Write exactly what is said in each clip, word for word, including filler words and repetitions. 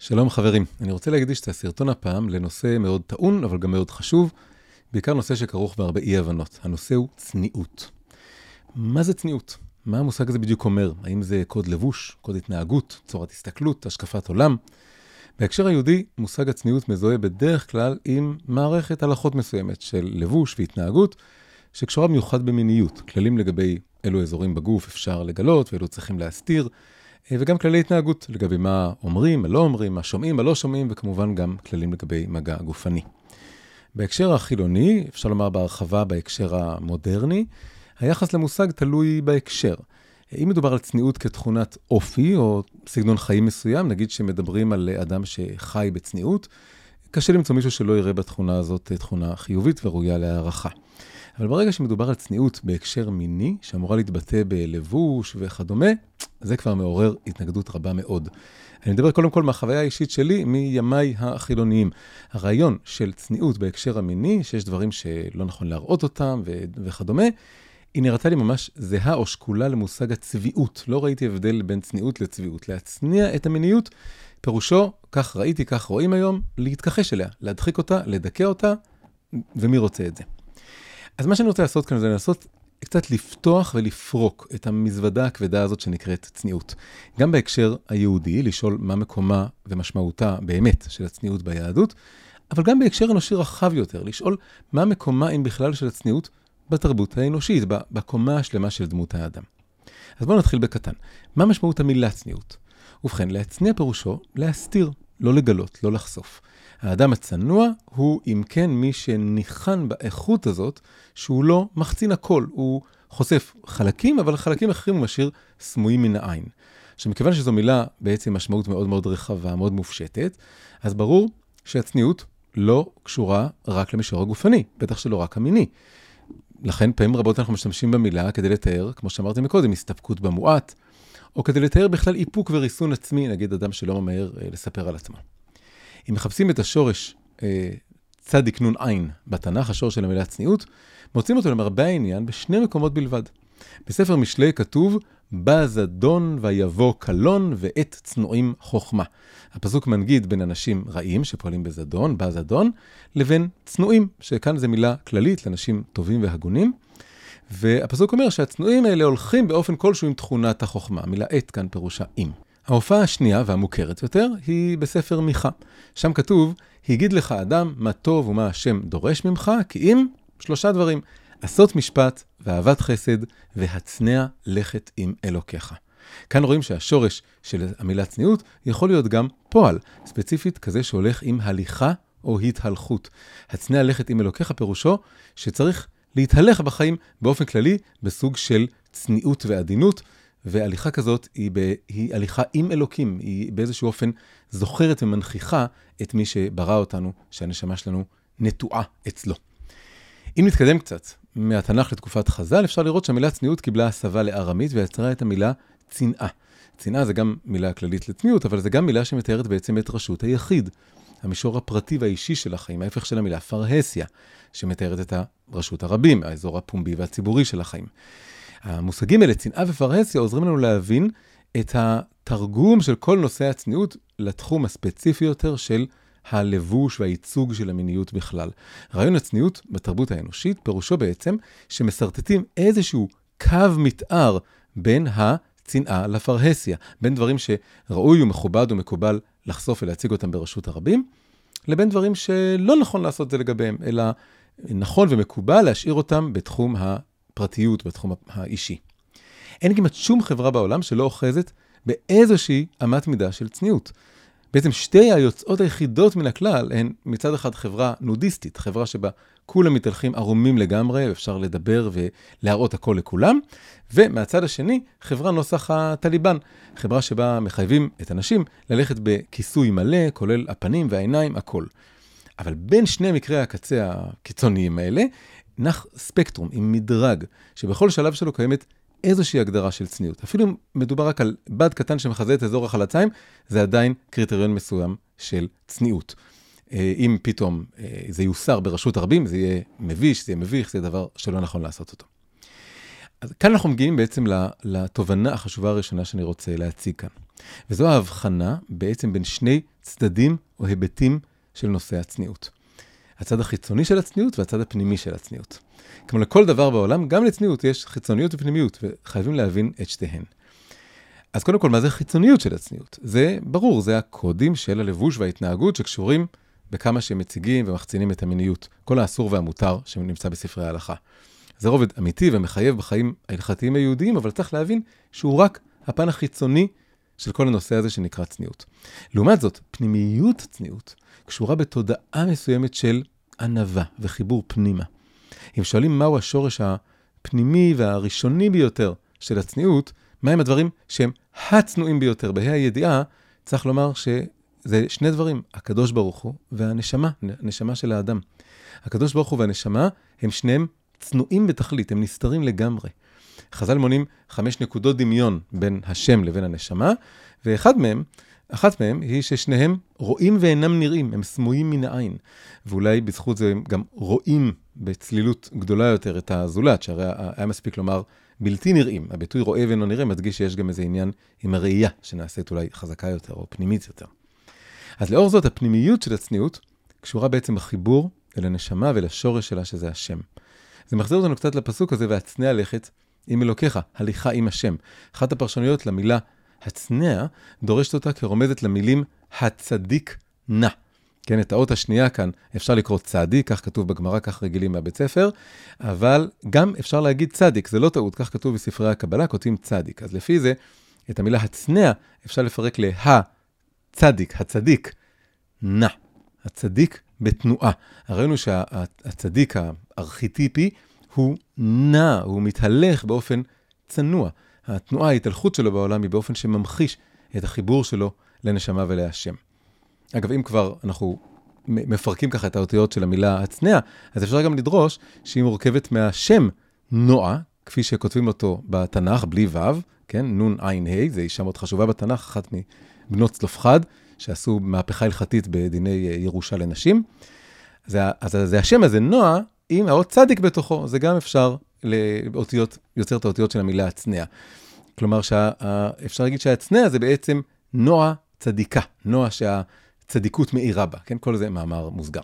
שלום חברים, אני רוצה להקדיש את הסרטון הפעם לנושא מאוד טעון, אבל גם מאוד חשוב, בעיקר נושא שכרוך בהרבה אי הבנות. הנושא הוא צניעות. מה זה צניעות? מה המושג הזה בדיוק אומר? האם זה קוד לבוש, קוד התנהגות, צורת הסתכלות, השקפת עולם? בהקשר היהודי, מושג הצניעות מזוהה בדרך כלל עם מערכת הלכות מסוימת של לבוש והתנהגות, שקשורה במיוחד במיניות, כללים לגבי אילו אזורים בגוף אפשר לגלות ואילו צריכים להסתיר, וגם כללי התנהגות לגבי מה אומרים, מה לא אומרים, מה שומעים, מה לא שומעים, וכמובן גם כללים לגבי מגע גופני. בהקשר החילוני, אפשר לומר בהרחבה בהקשר המודרני, היחס למושג תלוי בהקשר. אם מדובר על צניעות כתכונת אופי או סגנון חיים מסוים, נגיד שמדברים על אדם שחי בצניעות, קשה למצוא מישהו שלא יראה בתכונה הזאת תכונה חיובית וראויה להערכה. אבל ברגע שמדובר על צניעות בהקשר מיני, שאמורה להתבטא בלבוש וכדומה, זה כבר מעורר התנגדות רבה מאוד. אני מדבר קודם כל מהחוויה האישית שלי, מימיי החילוניים. הרעיון של צניעות בהקשר המיני, שיש דברים שלא נכון להראות אותם ו- וכדומה, היא נראתה לי ממש זהה או שקולה למושג הצביעות. לא ראיתי הבדל בין צניעות לצביעות. להצניע את המיניות, פירושו, כך ראיתי, כך רואים היום, להתכחש אליה, להדחיק אותה, לדכא אותה, ומי רוצה את זה? אז מה שאני רוצה לעשות כאן זה לנסות קצת לפתוח ולפרוק את המזוודה הכבדה הזאת שנקראת צניעות. גם בהקשר היהודי, לשאול מה מקומה ומשמעותה באמת של הצניעות ביהדות, אבל גם בהקשר אנושי רחב יותר, לשאול מה מקומה אם בכלל של הצניעות בתרבות האנושית, בקומה השלמה של דמות האדם. אז בואו נתחיל בקטן. מה משמעות המילה צניעות? ובכן, להצניע פירושו להסתיר, לא לגלות, לא לחשוף. האדם הצנוע הוא אם כן מי שניחן באיכות הזאת שהוא לא מחצין הכל, הוא חושף חלקים, אבל חלקים אחרים הוא משאיר סמויים מן העין. עכשיו, מכיוון שזו מילה בעצם משמעות מאוד מאוד רחבה, מאוד מופשטת, אז ברור שהצניעות לא קשורה רק למישור הגופני, בטח שלא רק המיני. לכן פעמים רבות אנחנו משתמשים במילה כדי לתאר, כמו שאמרתי מקודם, הסתפקות במועט, או כדי לתאר בכלל איפוק וריסון עצמי, נגיד אדם שלא ממהר אה, לספר על עצמו. אם מחפשים את השורש אה, צדיק נון עין בתנ"ך, השורש של המילה צניעות, מוצאים אותו למרבה העניין בשני מקומות בלבד. בספר משלי כתוב, בא זדון ויבוא קלון ואת צנועים חוכמה. הפסוק מנגיד בין אנשים רעים שפועלים בזדון, בא זדון, לבין צנועים, שכאן זו מילה כללית לאנשים טובים והגונים. והפסוק אומר שהצנועים האלה הולכים באופן כלשהו עם תכונת החוכמה. המילה את כאן פירושה עם. ההופעה השנייה והמוכרת יותר היא בספר מיכה. שם כתוב, הגיד לך אדם מה טוב ומה השם דורש ממך, כי אם שלושה דברים, עשות משפט ואהבת חסד והצנע לכת עם אלוקיך. כאן רואים שהשורש של המילה צניעות יכול להיות גם פועל, ספציפית כזה שהולך עם הליכה או התהלכות. הצנע לכת עם אלוקיך פירושו שצריך להתהלך בחיים באופן כללי בסוג של צניעות ועדינות, והליכה כזאת היא, ב... היא הליכה עם אלוקים, היא באיזשהו אופן זוכרת ומנכיחה את מי שברא אותנו, שהנשמה שלנו נטועה אצלו. אם נתקדם קצת מהתנ"ך לתקופת חז"ל, אפשר לראות שהמילה צניעות קיבלה הסבה לארמית ויצרה את המילה צנעה. צנעה זה גם מילה כללית לצניעות, אבל זה גם מילה שמתארת בעצם את רשות היחיד, המישור הפרטי והאישי של החיים, ההפך של המילה פרהסיה, שמתארת את הרשות הרבים, האזור הפומבי והציבורי של החיים. המושגים האלה, צנעה ופרהסיה, עוזרים לנו להבין את התרגום של כל נושא הצניעות לתחום הספציפי יותר של הלבוש והייצוג של המיניות בכלל. רעיון הצניעות בתרבות האנושית פירושו בעצם שמסרטטים איזשהו קו מתאר בין הצנעה לפרהסיה, בין דברים שראוי ומכובד ומקובל לחשוף ולהציג אותם ברשות הרבים, לבין דברים שלא נכון לעשות זה לגביהם, אלא נכון ומקובל להשאיר אותם בתחום הפרטיות, בתחום האישי. אין כמעט שום חברה בעולם שלא אוחזת באיזושהי אמת מידה של צניעות. בעצם שתי היוצאות היחידות מן הכלל הן מצד אחד חברה נודיסטית, חברה שבה כולם מתהלכים ערומים לגמרי, ואפשר לדבר ולהראות הכל לכולם, ומהצד השני חברה נוסח הטליבן, חברה שבה מחייבים את אנשים ללכת בכיסוי מלא, כולל הפנים והעיניים, הכל. אבל בין שני מקרי הקצה הקיצוניים האלה, נח ספקטרום עם מדרג, שבכל שלב שלו קיימת איזושהי הגדרה של צניעות. אפילו מדובר רק על בד קטן שמחזה את אזור החלציים, זה עדיין קריטריון מסוים של צניעות. אם פתאום זה יוסר ברשות הרבים, זה יהיה מביש, זה יהיה מביך, זה דבר שלא נכון לעשות אותו. אז כאן אנחנו מגיעים בעצם לתובנה החשובה הראשונה שאני רוצה להציג כאן. וזו ההבחנה בעצם בין שני צדדים או היבטים של נושא הצניעות. הצד החיצוני של הצניעות והצד הפנימי של הצניעות. כמו לכל דבר בעולם, גם לצניעות יש חיצוניות ופנימיות, וחייבים להבין את שתיהן. אז קודם כל, מה זה חיצוניות של הצניעות? זה ברור, זה הקודים של הלבוש וההתנהגות שקשורים בכמה שמציגים ומחצינים את המיניות. כל האסור והמותר שנמצא בספרי ההלכה. זה רובד אמיתי ומחייב בחיים ההלכתיים היהודיים, אבל צריך להבין שהוא רק הפן החיצוני של כל הנושא הזה שנקרא צניעות. לעומת זאת, פנימיות צניעות קשורה בתודעה מסוימת של ענווה וחיבור פנימה. אם שואלים מהו השורש הפנימי והראשוני ביותר של הצניעות, מהם הדברים שהם הצנועים ביותר בה"א הידיעה, צריך לומר שזה שני דברים, הקדוש ברוך הוא והנשמה, הנשמה של האדם. הקדוש ברוך הוא והנשמה הם שניהם צנועים בתכלית, הם נסתרים לגמרי. חז"ל מונים חמש נקודות דמיון בין השם לבין הנשמה, ואחד מהם, אחת מהם היא ששניהם רואים ואינם נראים, הם סמויים מן העין. ואולי בזכות זה גם רואים בצלילות גדולה יותר את הזולת, שהרי היה מספיק לומר בלתי נראים. הביטוי רואה ואינו נראה מדגיש שיש גם איזה עניין עם הראייה, שנעשית אולי חזקה יותר או פנימית יותר. אז לאור זאת, הפנימיות של הצניעות קשורה בעצם בחיבור אל הנשמה ולשורש שלה שזה השם. זה מחזיר אותנו קצת לפסוק הזה, והצנע לכת עם אלוקיך, הליכה עם השם. אחת הפרשנויות למילה הצנע דורשת אותה כרומזת למילים הצדיק נע. כן, את האות השנייה כאן אפשר לקרוא צדיק, כך כתוב בגמרא, כך רגילים מהבית ספר, אבל גם אפשר להגיד צדיק, זה לא טעות, כך כתוב בספרי הקבלה, כותבים צדיק. אז לפי זה, את המילה הצנע אפשר לפרק להצדיק, הצדיק נע. הצדיק בתנועה. הראינו שהצדיק הארכיטיפי הוא נע, הוא מתהלך באופן צנוע. התנועה, ההתהלכות שלו בעולם היא באופן שממחיש את החיבור שלו לנשמה ולהשם. אגב, אם כבר אנחנו מפרקים ככה את האותיות של המילה הצנע, אז אפשר גם לדרוש שהיא מורכבת מהשם נועה, כפי שכותבים אותו בתנ"ך, בלי ו', כן, נון עין ה', זה אישה מאוד חשובה בתנ"ך, אחת מבנות צלופחד, שעשו מהפכה הלכתית בדיני ירושה לנשים. אז, אז זה השם הזה, נועה, עם האות צדיק בתוכו, זה גם אפשר לאותיות, יוצר את האותיות של המילה הצנע. כלומר, אפשר להגיד שהצנע זה בעצם נועה צדיקה, נועה שהצדיקות מאירה בה, כן? כל זה מאמר מוסגר.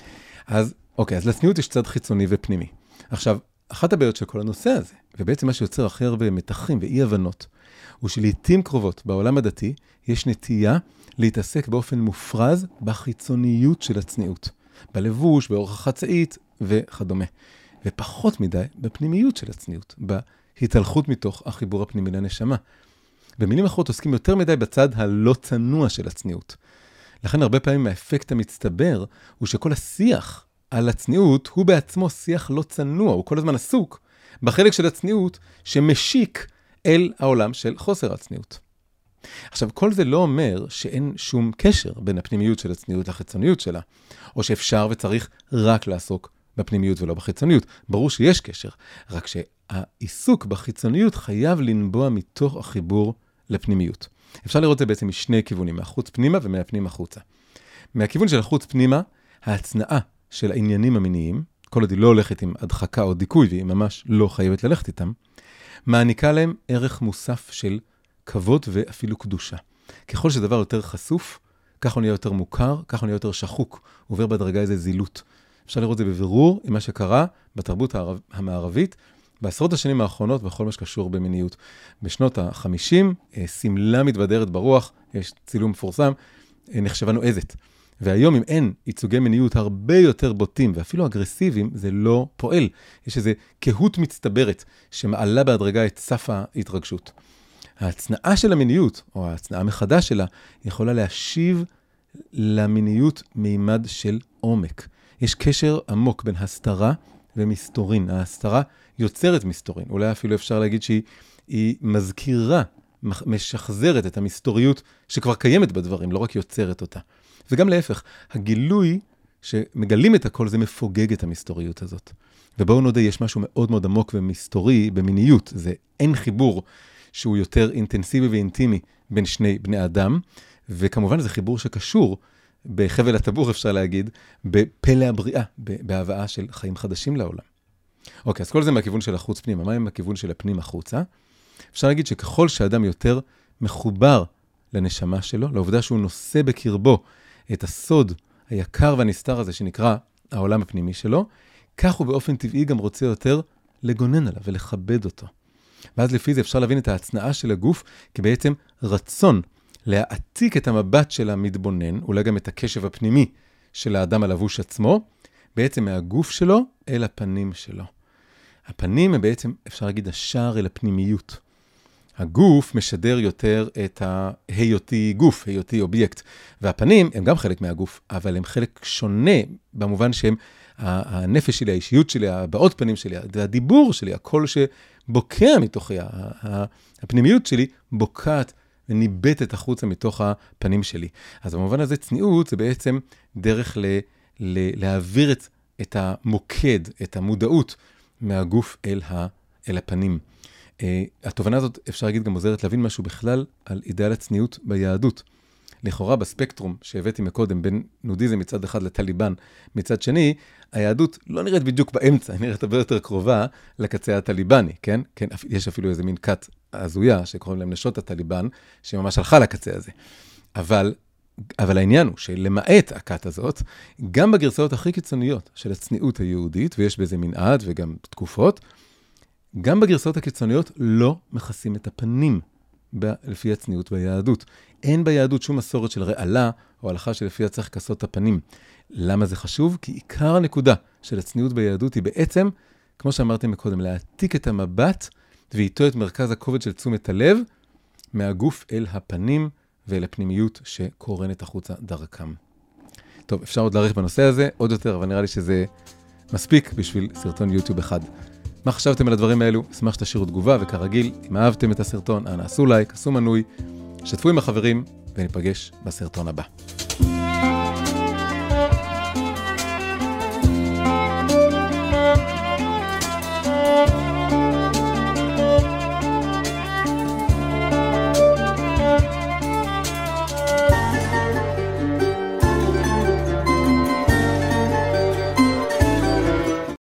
אז, אוקיי, אז לצניעות יש צד חיצוני ופנימי. עכשיו, אחת הבעיות של כל הנושא הזה, ובעצם מה שיוצר הכי הרבה מתחים ואי הבנות, הוא שלעיתים קרובות בעולם הדתי, יש נטייה להתעסק באופן מופרז בחיצוניות של הצניעות. בלבוש, באורח החצאית וכדומה. ופחות מדי בפנימיות של הצניעות, בהתהלכות מתוך החיבור הפנימי לנשמה. במילים אחרות עוסקים יותר מדי בצד הלא צנוע של הצניעות. לכן הרבה פעמים האפקט המצטבר הוא שכל השיח על הצניעות הוא בעצמו שיח לא צנוע, הוא כל הזמן עסוק בחלק של הצניעות שמשיק אל העולם של חוסר הצניעות. עכשיו, כל זה לא אומר שאין שום קשר בין הפנימיות של הצניעות לחיצוניות שלה, או שאפשר וצריך רק לעסוק בפנימיות ולא בחיצוניות. ברור שיש קשר, רק שהעיסוק בחיצוניות חייב לנבוע מתוך החיבור לפנימיות. אפשר לראות את זה בעצם משני כיוונים, מהחוץ פנימה ומהפנים החוצה. מהכיוון של החוץ פנימה, ההצנעה של העניינים המיניים, כל עוד היא לא הולכת עם הדחקה או דיכוי, והיא ממש לא חייבת ללכת איתם, מעניקה להם ערך מוסף של כבוד ואפילו קדושה. ככל שדבר יותר חשוף, כך הוא נהיה יותר מוכר, כך הוא נהיה יותר שחוק, עובר בדרגה איזה זילות. אפשר לראות את זה בבירור עם מה שקרה בתרבות המערבית, בעשרות השנים האחרונות בכל מה שקשור במיניות. בשנות ה-חמישים, סמלה מתבדרת ברוח, יש צילום מפורסם, נחשבה נועזת. והיום אם אין ייצוגי מיניות הרבה יותר בוטים ואפילו אגרסיביים, זה לא פועל. יש איזו קהות מצטברת שמעלה בהדרגה את סף ההתרגשות. ההצנעה של המיניות, או ההצנעה מחדש שלה, יכולה להשיב למיניות מימד של עומק. יש קשר עמוק בין הסתרה ומסתורין. ההסתרה יוצרת מסתורין. אולי אפילו אפשר להגיד שהיא מזכירה, משחזרת את המסתוריות שכבר קיימת בדברים, לא רק יוצרת אותה. וגם להפך, הגילוי שמגלים את הכל זה מפוגג את המסתוריות הזאת. ובואו נודה, יש משהו מאוד מאוד עמוק ומסתורי במיניות. זה אין חיבור שהוא יותר אינטנסיבי ואינטימי בין שני בני אדם, וכמובן זה חיבור שקשור בחבל הטבור, אפשר להגיד, בפלא הבריאה, בהבאה של חיים חדשים לעולם. אוקיי, אז כל זה מהכיוון של החוץ פנימה. מה עם הכיוון של הפנים החוצה? אפשר להגיד שככל שאדם יותר מחובר לנשמה שלו, לעובדה שהוא נושא בקרבו את הסוד היקר והנסתר הזה שנקרא העולם הפנימי שלו, כך הוא באופן טבעי גם רוצה יותר לגונן עליו ולכבד אותו. ואז לפי זה אפשר להבין את ההצנעה של הגוף כבעצם רצון להעתיק את המבט של המתבונן, אולי גם את הקשב הפנימי של האדם הלבוש עצמו, בעצם מהגוף שלו אל הפנים שלו. הפנים הם בעצם, אפשר להגיד, השער אל הפנימיות. הגוף משדר יותר את ההיותי גוף, היותי אובייקט, והפנים הם גם חלק מהגוף, אבל הם חלק שונה במובן שהם הנפש שלי, האישיות שלי, הבעות פנים שלי, הדיבור שלי, הקול שבוקע מתוכי, הפנימיות שלי בוקעת וניבטת החוצה מתוך הפנים שלי. אז במובן הזה צניעות זה בעצם דרך ל, ל, להעביר את, את המוקד, את המודעות מהגוף אל, ה, אל הפנים. Uh, התובנה הזאת אפשר להגיד גם עוזרת להבין משהו בכלל על אידאל הצניעות ביהדות. לכאורה בספקטרום שהבאתי מקודם בין נודיזם מצד אחד לטליבן מצד שני, היהדות לא נראית בדיוק באמצע, היא נראית הרבה יותר קרובה לקצה הטליבני, כן? כן, יש אפילו איזה מין קט הזויה שקוראים להם נשות הטליבן, שממש הלכה לקצה הזה. אבל, אבל העניין הוא שלמעט הקט הזאת, גם בגרסאות הכי קיצוניות של הצניעות היהודית, ויש בזה מנעד וגם תקופות, גם בגרסאות הקיצוניות לא מכסים את הפנים ב- לפי הצניעות ביהדות. אין ביהדות שום מסורת של רעלה או הלכה שלפיה צריך לכסות את הפנים. למה זה חשוב? כי עיקר הנקודה של הצניעות ביהדות היא בעצם, כמו שאמרתי מקודם, להעתיק את המבט ואיתו את מרכז הכובד של תשומת הלב מהגוף אל הפנים ואל הפנימיות שקורנת החוצה דרכם. טוב, אפשר עוד להאריך בנושא הזה עוד יותר, אבל נראה לי שזה מספיק בשביל סרטון יוטיוב אחד. מה חשבתם על הדברים האלו? אשמח שתשאירו תגובה, וכרגיל, אם אהבתם את הסרטון, אנא עשו לייק, עשו מנוי, שתפו עם החברים, וניפגש בסרטון הבא.